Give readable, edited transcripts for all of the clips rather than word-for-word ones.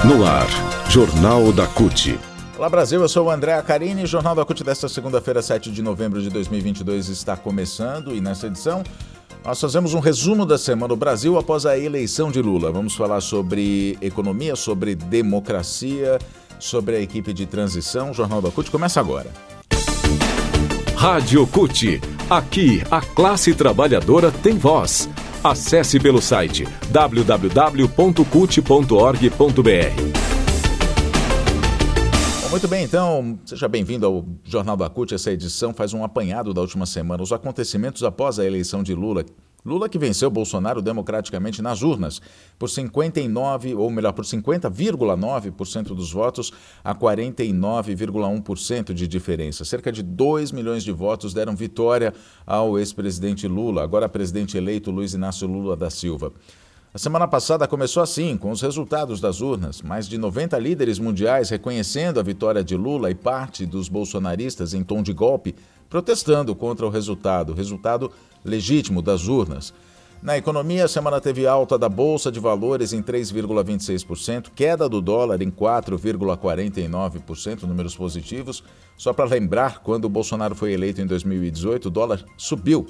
No ar, Jornal da CUT. Olá Brasil, eu sou o André Acarini. Jornal da CUT desta segunda-feira, 7 de novembro de 2022 está começando e nessa edição nós fazemos um resumo da semana do Brasil após a eleição de Lula. Vamos falar sobre economia, sobre democracia, sobre a equipe de transição. O Jornal da CUT começa agora. Rádio CUT. Aqui a classe trabalhadora tem voz. Acesse pelo site www.cut.org.br. Muito bem, então, seja bem-vindo ao Jornal da CUT. Essa edição faz um apanhado da última semana, os acontecimentos após a eleição de Lula. Lula que venceu Bolsonaro democraticamente nas urnas por 50,9% dos votos a 49,1% de diferença. Cerca de 2 milhões de votos deram vitória ao ex-presidente Lula, agora presidente eleito Luiz Inácio Lula da Silva. A semana passada começou assim, com os resultados das urnas. Mais de 90 líderes mundiais reconhecendo a vitória de Lula e parte dos bolsonaristas em tom de golpe, protestando contra o resultado legítimo das urnas. Na economia, a semana teve alta da Bolsa de Valores em 3,26%, queda do dólar em 4,49%, números positivos. Só para lembrar, quando o Bolsonaro foi eleito em 2018, o dólar subiu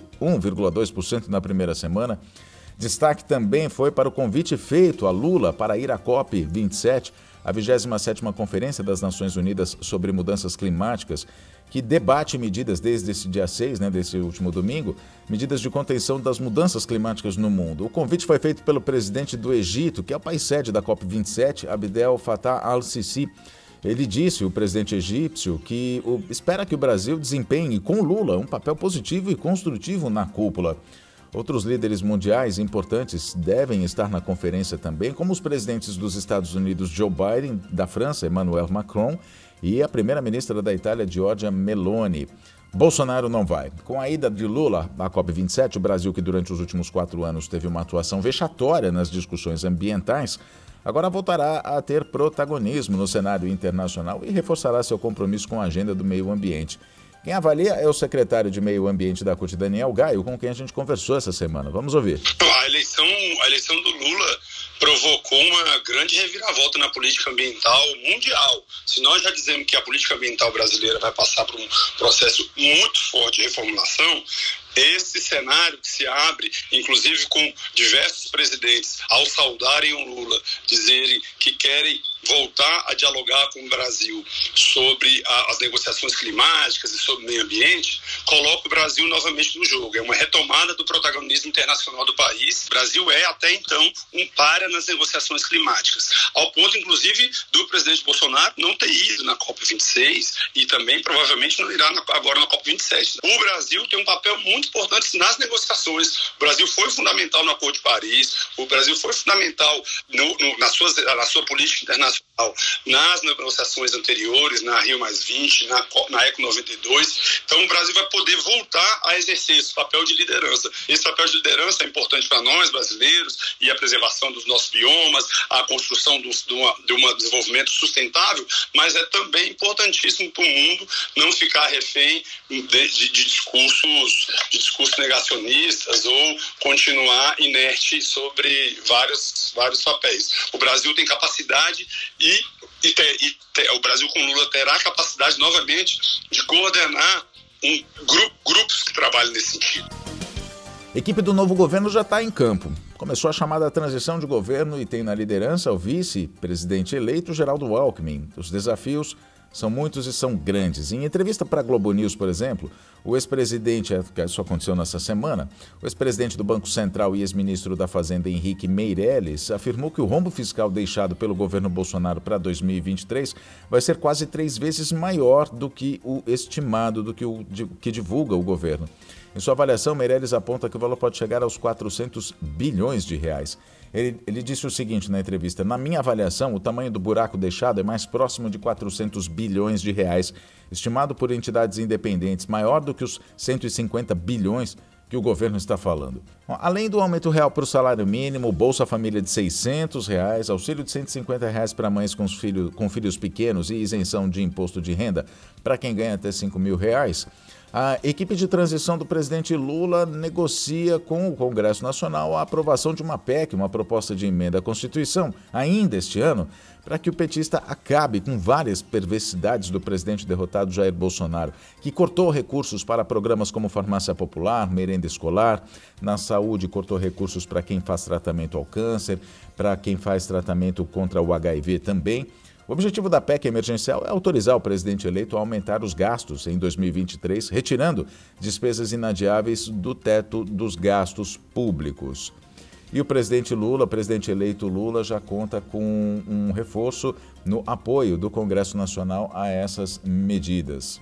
1,2% na primeira semana. Destaque também foi para o convite feito a Lula para ir à COP27, a 27ª Conferência das Nações Unidas sobre Mudanças Climáticas, que debate medidas desde esse dia 6, desse último domingo, medidas de contenção das mudanças climáticas no mundo. O convite foi feito pelo presidente do Egito, que é o país sede da COP27, Abdel Fattah al-Sisi. Ele disse, o presidente egípcio, que espera que o Brasil desempenhe com Lula um papel positivo e construtivo na cúpula. Outros líderes mundiais importantes devem estar na conferência também, como os presidentes dos Estados Unidos, Joe Biden, da França, Emmanuel Macron, e a primeira-ministra da Itália, Giorgia Meloni. Bolsonaro não vai. Com a ida de Lula à COP27, o Brasil, que durante os últimos 4 anos teve uma atuação vexatória nas discussões ambientais, agora voltará a ter protagonismo no cenário internacional e reforçará seu compromisso com a agenda do meio ambiente. Quem avalia é o secretário de Meio Ambiente da CUT, Daniel Gaio, com quem a gente conversou essa semana. Vamos ouvir. A eleição do Lula provocou uma grande reviravolta na política ambiental mundial. Se nós já dizemos que a política ambiental brasileira vai passar por um processo muito forte de reformulação, esse cenário que se abre, inclusive com diversos presidentes, ao saudarem o Lula, dizerem que querem voltar a dialogar com o Brasil sobre as negociações climáticas e sobre o meio ambiente, coloca o Brasil novamente no jogo. É uma retomada do protagonismo internacional do país. O Brasil é, até então, um pária nas negociações climáticas. Ao ponto, inclusive, do presidente Bolsonaro não ter ido na COP26 e também, provavelmente, não irá agora na COP27. O Brasil tem um papel muito importante nas negociações. O Brasil foi fundamental no Acordo de Paris, o Brasil foi fundamental na sua política internacional, nas negociações anteriores, na Rio+20, na ECO 92. Então o Brasil vai poder voltar a exercer esse papel de liderança. Esse papel de liderança é importante para nós, brasileiros, e a preservação dos nossos biomas, a construção de um desenvolvimento sustentável, mas é também importantíssimo para o mundo não ficar refém de discursos negacionistas ou continuar inerte sobre vários papéis. O Brasil tem capacidade o Brasil com Lula terá a capacidade novamente de coordenar grupos que trabalham nesse sentido. A equipe do novo governo já está em campo. Começou a chamada transição de governo e tem na liderança o vice-presidente eleito Geraldo Alckmin. Os desafios são muitos e são grandes. Em entrevista para a Globo News, por exemplo, o ex-presidente, que isso aconteceu nessa semana, o ex-presidente do Banco Central e ex-ministro da Fazenda, Henrique Meirelles, afirmou que o rombo fiscal deixado pelo governo Bolsonaro para 2023 vai ser quase 3 vezes maior do que o estimado, do que o que divulga o governo. Em sua avaliação, Meirelles aponta que o valor pode chegar aos 400 bilhões de reais. Ele disse o seguinte na entrevista: na minha avaliação, o tamanho do buraco deixado é mais próximo de 400 bilhões de reais, estimado por entidades independentes, maior do que os 150 bilhões que o governo está falando. Bom, além do aumento real para o salário mínimo, Bolsa Família de R$ 600, auxílio de R$ 150 para mães com filhos pequenos e isenção de imposto de renda para quem ganha até R$ 5.000, A equipe de transição do presidente Lula negocia com o Congresso Nacional a aprovação de uma PEC, uma proposta de emenda à Constituição, ainda este ano, para que o petista acabe com várias perversidades do presidente derrotado Jair Bolsonaro, que cortou recursos para programas como farmácia popular, merenda escolar, na saúde cortou recursos para quem faz tratamento ao câncer, para quem faz tratamento contra o HIV também. O objetivo da PEC emergencial é autorizar o presidente eleito a aumentar os gastos em 2023, retirando despesas inadiáveis do teto dos gastos públicos. E o presidente eleito Lula, já conta com um reforço no apoio do Congresso Nacional a essas medidas.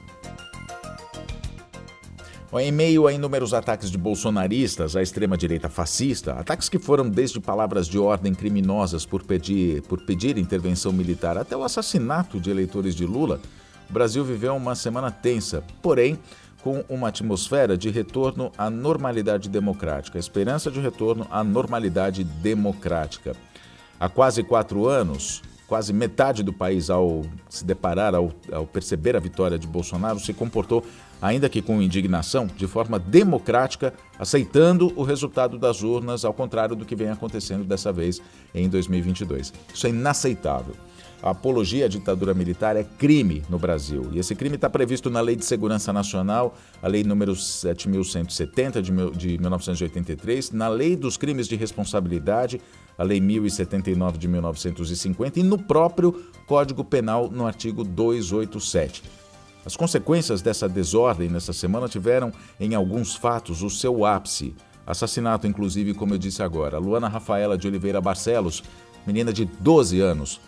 Em meio a inúmeros ataques de bolsonaristas à extrema-direita fascista, ataques que foram desde palavras de ordem criminosas por pedir intervenção militar até o assassinato de eleitores de Lula, o Brasil viveu uma semana tensa, porém com uma atmosfera de retorno à normalidade democrática, a esperança de retorno à normalidade democrática. Há quase 4 anos, quase metade do país, ao se deparar, ao perceber a vitória de Bolsonaro, se comportou, ainda que com indignação, de forma democrática, aceitando o resultado das urnas, ao contrário do que vem acontecendo dessa vez em 2022. Isso é inaceitável. A apologia à ditadura militar é crime no Brasil. E esse crime está previsto na Lei de Segurança Nacional, a Lei número 7.170 de 1983, na Lei dos Crimes de Responsabilidade, a Lei 1079 de 1950 e no próprio Código Penal, no artigo 287. As consequências dessa desordem nessa semana tiveram, em alguns fatos, o seu ápice. Assassinato, inclusive, como eu disse agora. Luana Rafaela de Oliveira Barcelos, menina de 12 anos,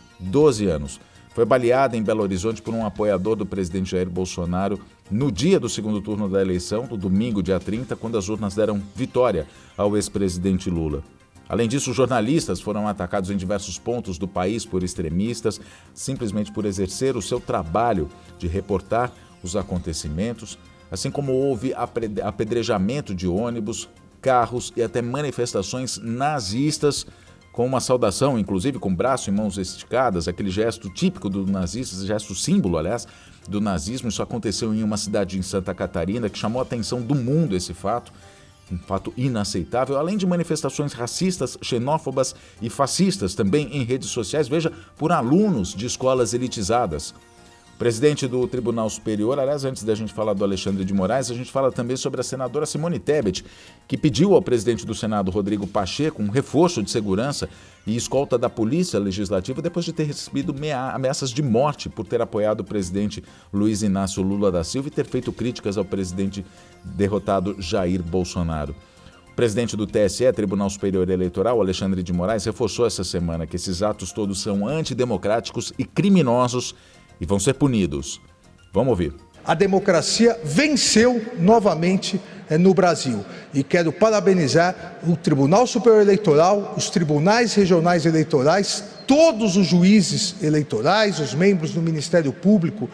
foi baleada em Belo Horizonte por um apoiador do presidente Jair Bolsonaro no dia do segundo turno da eleição, no domingo, dia 30, quando as urnas deram vitória ao ex-presidente Lula. Além disso, jornalistas foram atacados em diversos pontos do país por extremistas, simplesmente por exercer o seu trabalho de reportar os acontecimentos, assim como houve apedrejamento de ônibus, carros e até manifestações nazistas, com uma saudação, inclusive com braço e mãos esticadas, aquele gesto típico do nazista, gesto símbolo, aliás, do nazismo. Isso aconteceu em uma cidade em Santa Catarina, que chamou a atenção do mundo esse fato, um fato inaceitável, além de manifestações racistas, xenófobas e fascistas também em redes sociais, veja, por alunos de escolas elitizadas. O presidente do Tribunal Superior, aliás, antes da gente falar do Alexandre de Moraes, a gente fala também sobre a senadora Simone Tebet, que pediu ao presidente do Senado, Rodrigo Pacheco, um reforço de segurança e escolta da Polícia Legislativa depois de ter recebido ameaças de morte por ter apoiado o presidente Luiz Inácio Lula da Silva e ter feito críticas ao presidente derrotado Jair Bolsonaro. O presidente do TSE, Tribunal Superior Eleitoral, Alexandre de Moraes, reforçou essa semana que esses atos todos são antidemocráticos e criminosos e vão ser punidos. Vamos ouvir. A democracia venceu novamente no Brasil e quero parabenizar o Tribunal Superior Eleitoral, os tribunais regionais eleitorais, todos os juízes eleitorais, os membros do Ministério Público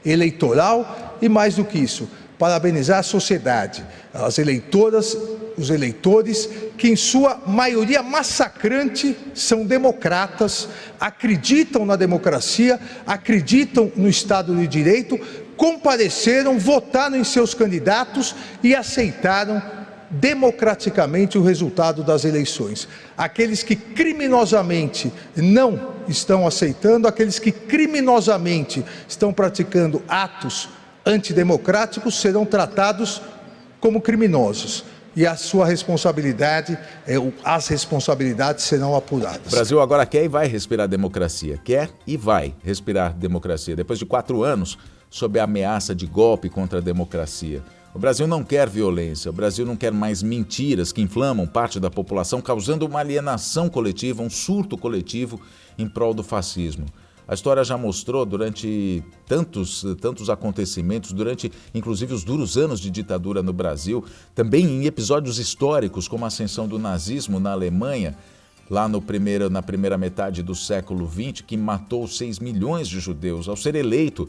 Eleitoral e, mais do que isso, parabenizar a sociedade, as eleitoras, os eleitores, que em sua maioria massacrante são democratas, acreditam na democracia, acreditam no Estado de Direito, compareceram, votaram em seus candidatos e aceitaram democraticamente o resultado das eleições. Aqueles que criminosamente não estão aceitando, aqueles que criminosamente estão praticando atos antidemocráticos serão tratados como criminosos. E a sua responsabilidade, as responsabilidades serão apuradas. O Brasil agora quer e vai respirar democracia. Quer e vai respirar democracia. Depois de 4 anos sob a ameaça de golpe contra a democracia. O Brasil não quer violência, o Brasil não quer mais mentiras que inflamam parte da população, causando uma alienação coletiva, um surto coletivo em prol do fascismo. A história já mostrou durante tantos acontecimentos, durante inclusive os duros anos de ditadura no Brasil, também em episódios históricos como a ascensão do nazismo na Alemanha, lá na primeira metade do século XX, que matou 6 milhões de judeus. Ao ser eleito,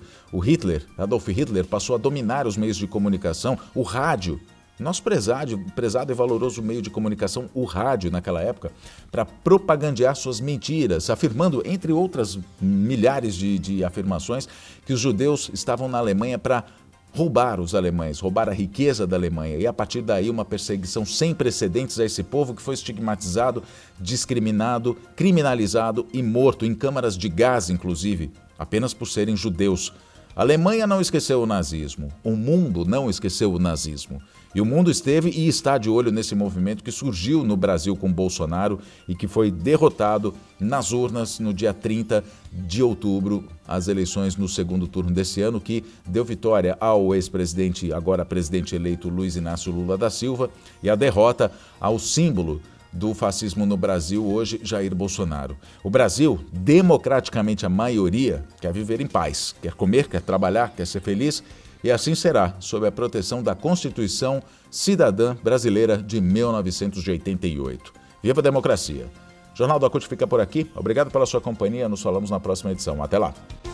Adolf Hitler, passou a dominar os meios de comunicação, o rádio, nosso prezado e valoroso meio de comunicação, o rádio naquela época, para propagandear suas mentiras, afirmando, entre outras milhares de afirmações, que os judeus estavam na Alemanha para roubar os alemães, roubar a riqueza da Alemanha e a partir daí uma perseguição sem precedentes a esse povo que foi estigmatizado, discriminado, criminalizado e morto em câmaras de gás, inclusive, apenas por serem judeus. A Alemanha não esqueceu o nazismo, o mundo não esqueceu o nazismo. E o mundo esteve e está de olho nesse movimento que surgiu no Brasil com Bolsonaro e que foi derrotado nas urnas no dia 30 de outubro, as eleições no segundo turno desse ano, que deu vitória ao ex-presidente, agora presidente eleito Luiz Inácio Lula da Silva, e a derrota ao símbolo do fascismo no Brasil hoje, Jair Bolsonaro. O Brasil, democraticamente a maioria, quer viver em paz, quer comer, quer trabalhar, quer ser feliz, e assim será, sob a proteção da Constituição Cidadã Brasileira de 1988. Viva a democracia! O Jornal da CUT fica por aqui. Obrigado pela sua companhia. Nos falamos na próxima edição. Até lá!